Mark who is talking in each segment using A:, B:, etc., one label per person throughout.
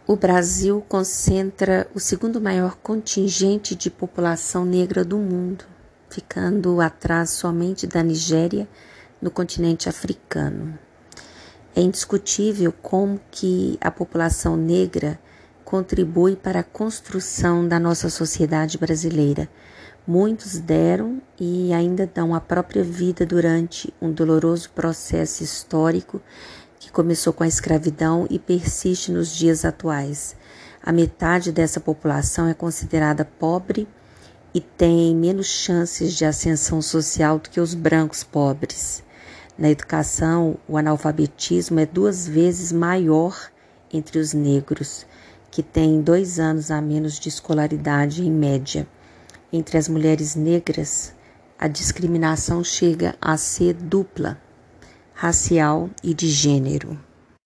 A: O Brasil concentra o segundo maior contingente de população negra do mundo, ficando atrás somente da Nigéria, no continente africano. É indiscutível como que a população negra contribui para a construção da nossa sociedade brasileira. Muitos deram e ainda dão a própria vida durante um doloroso processo histórico que começou com a escravidão e persiste nos dias atuais. A metade dessa população é considerada pobre e tem menos chances de ascensão social do que os brancos pobres. Na educação, o analfabetismo é 2 vezes maior entre os negros, que têm 2 anos a menos de escolaridade em média. Entre as mulheres negras, a discriminação chega a ser dupla, racial e de gênero.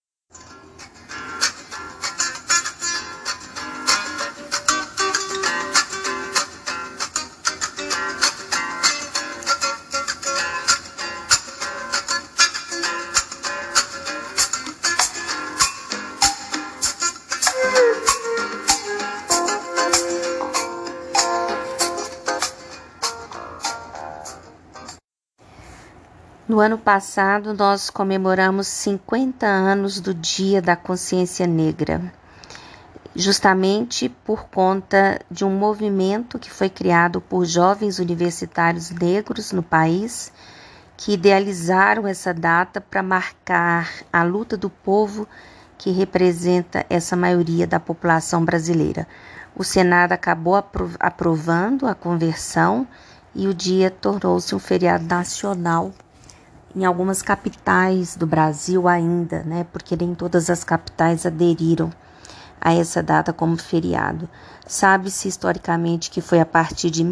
A: No ano passado, nós comemoramos 50 anos do Dia da Consciência Negra, justamente por conta de um movimento que foi criado por jovens universitários negros no país, que idealizaram essa data para marcar a luta do povo que representa essa maioria da população brasileira. O Senado acabou aprovando a conversão e o dia tornou-se um feriado nacional em algumas capitais do Brasil ainda, porque nem todas as capitais aderiram a essa data como feriado. Sabe-se historicamente que foi a partir de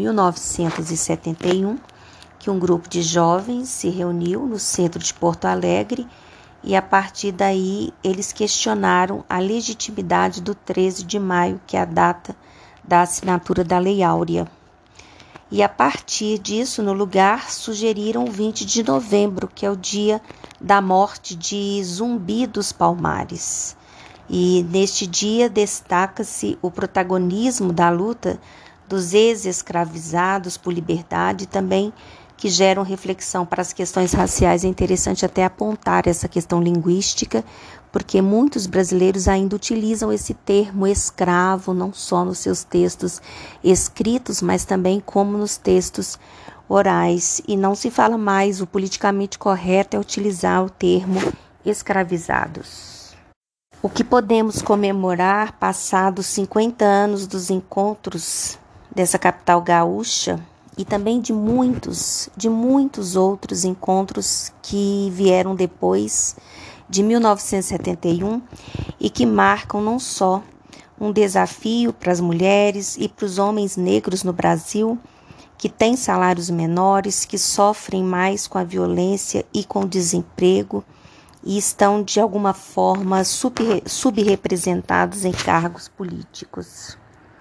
A: 1971 que um grupo de jovens se reuniu no centro de Porto Alegre e a partir daí eles questionaram a legitimidade do 13 de maio, que é a data da assinatura da Lei Áurea. E a partir disso, no lugar, sugeriram o 20 de novembro, que é o dia da morte de Zumbi dos Palmares. E neste dia destaca-se o protagonismo da luta dos ex-escravizados por liberdade, também que geram reflexão para as questões raciais. É interessante até apontar essa questão linguística, porque muitos brasileiros ainda utilizam esse termo escravo, não só nos seus textos escritos, mas também como nos textos orais. E não se fala mais, o politicamente correto é utilizar o termo escravizados. O que podemos comemorar, passados 50 anos dos encontros dessa capital gaúcha, e também de muitos outros encontros que vieram depois de 1971 e que marcam não só um desafio para as mulheres e para os homens negros no Brasil, que têm salários menores, que sofrem mais com a violência e com o desemprego e estão de alguma forma subrepresentados em cargos políticos.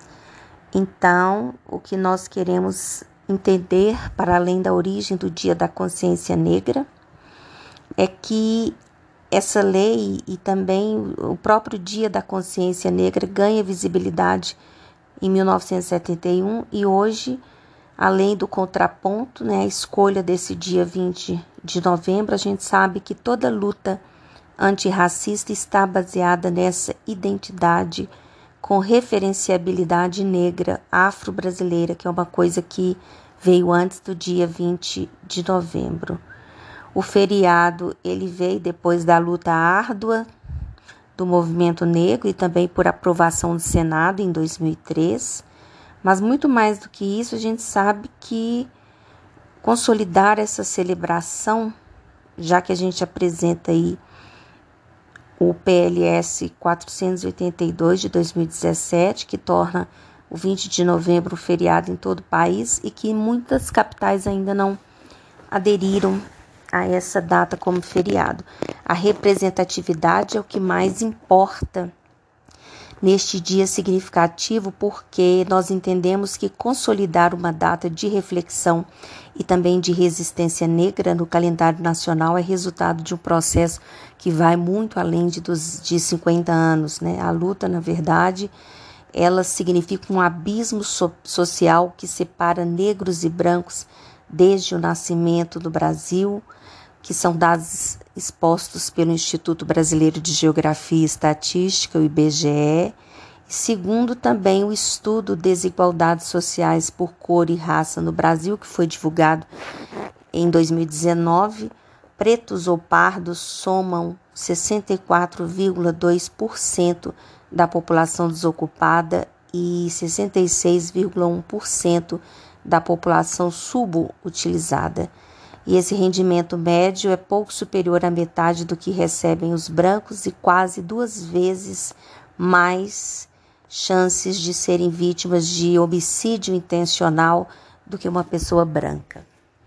A: Então, o que nós queremos entender, para além da origem do Dia da Consciência Negra, é que essa lei e também o próprio Dia da Consciência Negra ganha visibilidade em 1971 e hoje, além do contraponto, a escolha desse dia 20 de novembro, a gente sabe que toda luta antirracista está baseada nessa identidade com referenciabilidade negra afro-brasileira, que é uma coisa que veio antes do dia 20 de novembro. O feriado ele veio depois da luta árdua do movimento negro e também por aprovação do Senado em 2003, mas muito mais do que isso, a gente sabe que consolidar essa celebração, já que a gente apresenta aí o PLS 482 de 2017, que torna o 20 de novembro um feriado em todo o país e que muitas capitais ainda não aderiram a essa data como feriado. A representatividade é o que mais importa neste dia significativo, porque nós entendemos que consolidar uma data de reflexão e também de resistência negra no calendário nacional é resultado de um processo que vai muito além de 50 anos, né? A luta, na verdade, ela significa um abismo social que separa negros e brancos desde o nascimento do Brasil, que são dados expostos pelo Instituto Brasileiro de Geografia e Estatística, o IBGE, e segundo também o estudo Desigualdades Sociais por Cor e Raça no Brasil, que foi divulgado em 2019, pretos ou pardos somam 64,2% da população desocupada e 66,1% da população subutilizada. E esse rendimento médio é pouco superior à metade do que recebem os brancos e quase 2 vezes mais chances de serem vítimas de homicídio intencional do que uma pessoa branca.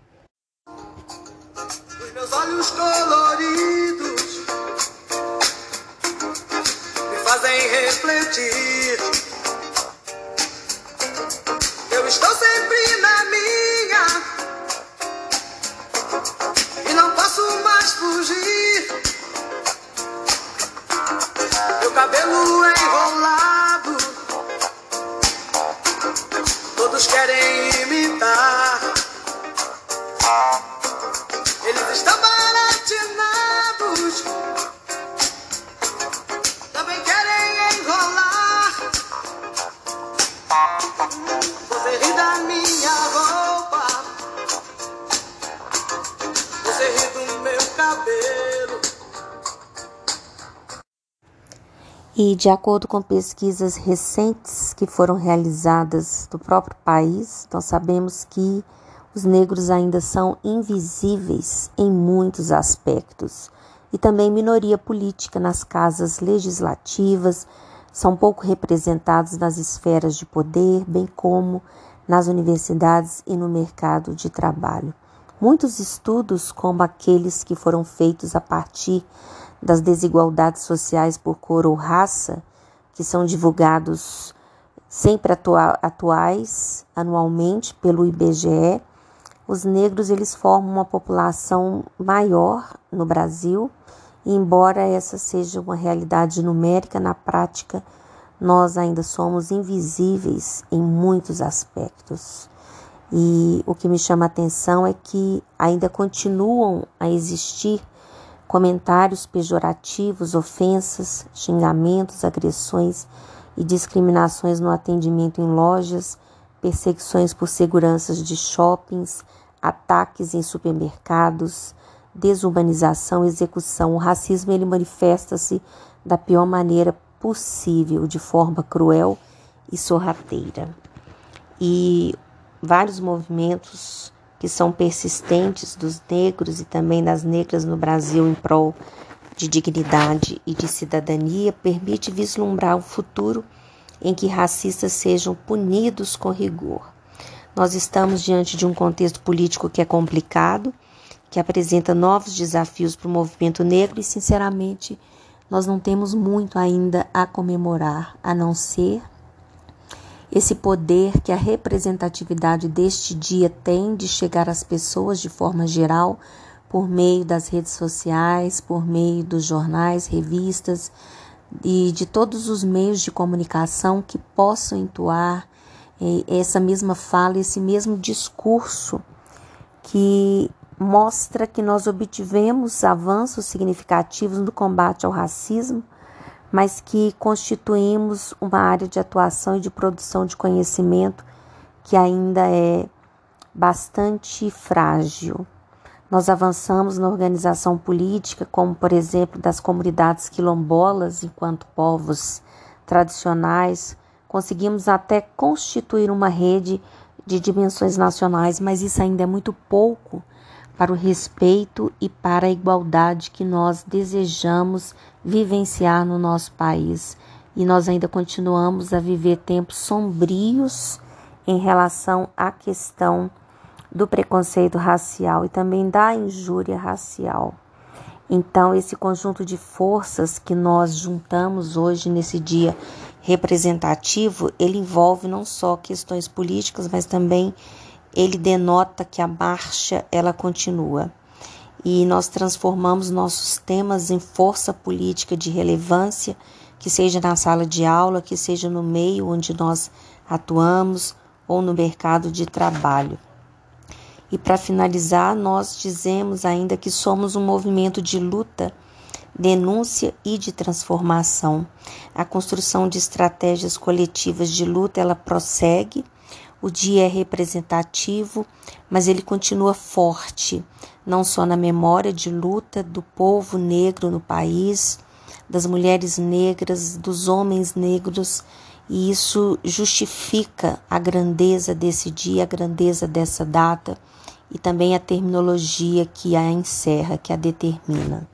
B: Os meus olhos coloridos me fazem refletir. Eu estou sempre na minha e não posso mais fugir. Meu cabelo é enrolado, todos querem imitar. Eles estão baratinados, também querem enrolar. Você ri da minha roupa, você ri do meu cabelo.
A: E de acordo com pesquisas recentes que foram realizadas do próprio país, nós sabemos que os negros ainda são invisíveis em muitos aspectos e também minoria política nas casas legislativas, são pouco representados nas esferas de poder, bem como nas universidades e no mercado de trabalho. Muitos estudos, como aqueles que foram feitos a partir das desigualdades sociais por cor ou raça, que são divulgados sempre atuais anualmente pelo IBGE, os negros eles formam uma população maior no Brasil, e embora essa seja uma realidade numérica, na prática nós ainda somos invisíveis em muitos aspectos. E o que me chama a atenção é que ainda continuam a existir comentários pejorativos, ofensas, xingamentos, agressões e discriminações no atendimento em lojas, perseguições por seguranças de shoppings, ataques em supermercados, desumanização, execução. O racismo ele manifesta-se da pior maneira possível, de forma cruel e sorrateira. E vários movimentos que são persistentes dos negros e também das negras no Brasil em prol de dignidade e de cidadania permite vislumbrar um futuro em que racistas sejam punidos com rigor. Nós estamos diante de um contexto político que é complicado, que apresenta novos desafios para o movimento negro e, sinceramente, nós não temos muito ainda a comemorar, a não ser esse poder que a representatividade deste dia tem de chegar às pessoas de forma geral, por meio das redes sociais, por meio dos jornais, revistas e de todos os meios de comunicação que possam entoar essa mesma fala, esse mesmo discurso que mostra que nós obtivemos avanços significativos no combate ao racismo, mas que constituímos uma área de atuação e de produção de conhecimento que ainda é bastante frágil. Nós avançamos na organização política, como, por exemplo, das comunidades quilombolas, enquanto povos tradicionais. Conseguimos até constituir uma rede de dimensões nacionais, mas isso ainda é muito pouco para o respeito e para a igualdade que nós desejamos vivenciar no nosso país. E nós ainda continuamos a viver tempos sombrios em relação à questão do preconceito racial e também da injúria racial. Então, esse conjunto de forças que nós juntamos hoje nesse dia representativo, ele envolve não só questões políticas, mas também ele denota que a marcha, ela continua. E nós transformamos nossos temas em força política de relevância, que seja na sala de aula, que seja no meio onde nós atuamos ou no mercado de trabalho. E para finalizar, nós dizemos ainda que somos um movimento de luta, denúncia e de transformação. A construção de estratégias coletivas de luta, ela prossegue. O dia é representativo, mas ele continua forte, não só na memória de luta do povo negro no país, das mulheres negras, dos homens negros, e isso justifica a grandeza desse dia, a grandeza dessa data e também a terminologia que a encerra, que a determina.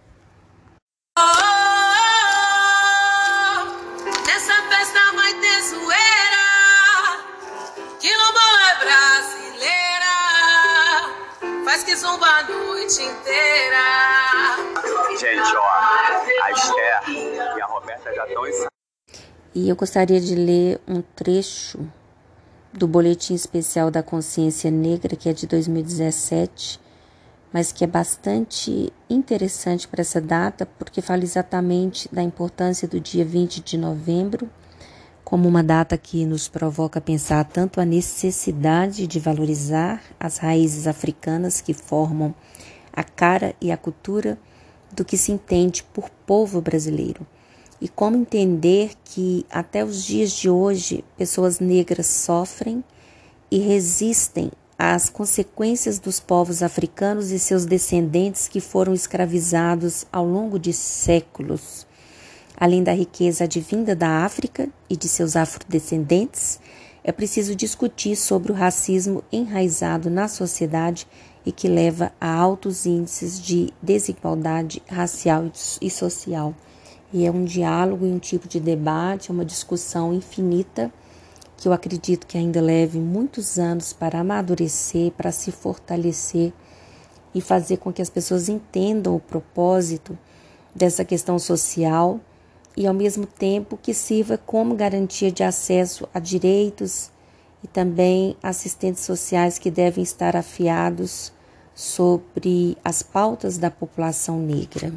B: Nessa festa vai ter zoeira, quilombola brasileira, faz que zumba a noite inteira.
C: Gente, ó, a Esther e a Roberta já estão em...
A: E eu gostaria de ler um trecho do Boletim Especial da Consciência Negra, que é de 2017, mas que é bastante interessante para essa data, porque fala exatamente da importância do dia 20 de novembro, como uma data que nos provoca a pensar tanto a necessidade de valorizar as raízes africanas que formam a cara e a cultura do que se entende por povo brasileiro. E como entender que até os dias de hoje pessoas negras sofrem e resistem às consequências dos povos africanos e seus descendentes que foram escravizados ao longo de séculos. Além da riqueza advinda da África e de seus afrodescendentes, é preciso discutir sobre o racismo enraizado na sociedade e que leva a altos índices de desigualdade racial e social. E é um diálogo e um tipo de debate, uma discussão infinita, que eu acredito que ainda leve muitos anos para amadurecer, para se fortalecer e fazer com que as pessoas entendam o propósito dessa questão social e, ao mesmo tempo, que sirva como garantia de acesso a direitos e também assistentes sociais que devem estar afiados sobre as pautas da população negra.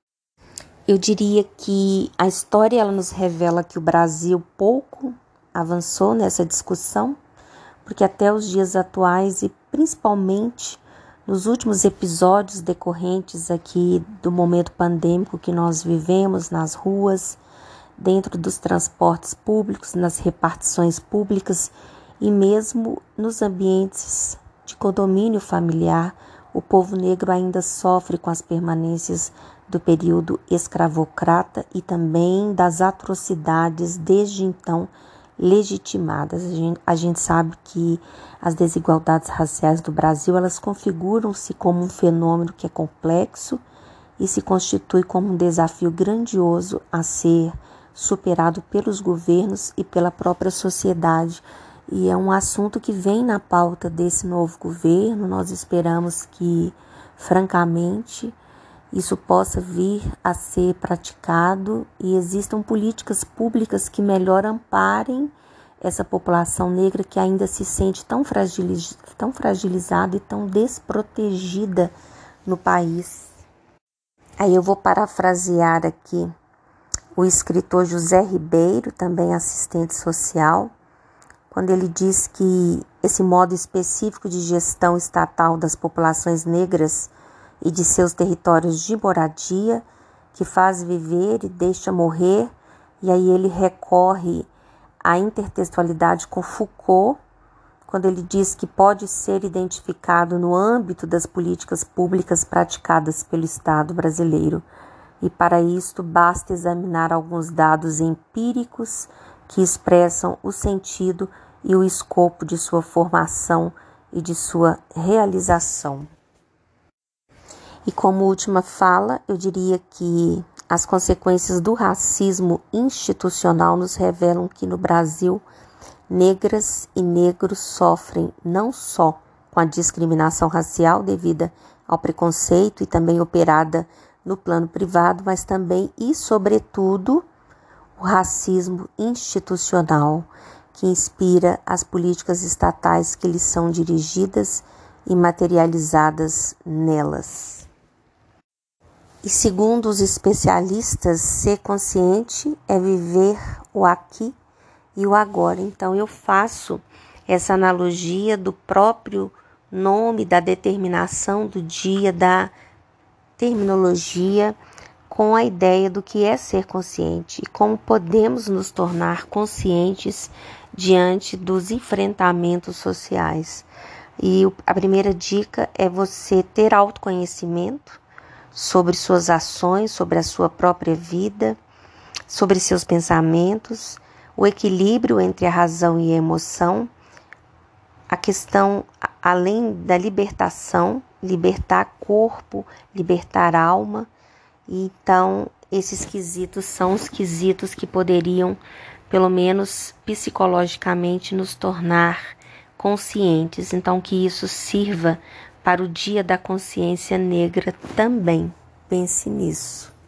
A: Eu diria que a história ela nos revela que o Brasil pouco avançou nessa discussão, porque até os dias atuais e principalmente nos últimos episódios decorrentes aqui do momento pandêmico que nós vivemos nas ruas, dentro dos transportes públicos, nas repartições públicas e mesmo nos ambientes de condomínio familiar, o povo negro ainda sofre com as permanências do período escravocrata e também das atrocidades desde então legitimadas. A gente sabe que as desigualdades raciais do Brasil, elas configuram-se como um fenômeno que é complexo e se constitui como um desafio grandioso a ser superado pelos governos e pela própria sociedade. E é um assunto que vem na pauta desse novo governo. Nós esperamos que, francamente, isso possa vir a ser praticado e existam políticas públicas que melhor amparem essa população negra que ainda se sente tão fragilizada e tão desprotegida no país. Aí eu vou parafrasear aqui o escritor José Ribeiro, também assistente social, quando ele diz que esse modo específico de gestão estatal das populações negras e de seus territórios de moradia, que faz viver e deixa morrer, e aí ele recorre à intertextualidade com Foucault, quando ele diz que pode ser identificado no âmbito das políticas públicas praticadas pelo Estado brasileiro. E para isto basta examinar alguns dados empíricos que expressam o sentido e o escopo de sua formação e de sua realização. E como última fala, eu diria que as consequências do racismo institucional nos revelam que no Brasil, negras e negros sofrem não só com a discriminação racial devida ao preconceito e também operada no plano privado, mas também e, sobretudo, o racismo institucional que inspira as políticas estatais que lhes são dirigidas e materializadas nelas. E segundo os especialistas, ser consciente é viver o aqui e o agora. Então eu faço essa analogia do próprio nome, da determinação do dia, da terminologia, com a ideia do que é ser consciente e como podemos nos tornar conscientes diante dos enfrentamentos sociais. E a primeira dica é você ter autoconhecimento sobre suas ações, sobre a sua própria vida, sobre seus pensamentos, o equilíbrio entre a razão e a emoção, a questão, além da libertação, libertar corpo, libertar alma. Então, esses quesitos são os quesitos que poderiam, pelo menos psicologicamente, nos tornar conscientes. Então, que isso sirva para o Dia da Consciência Negra também. Pense nisso.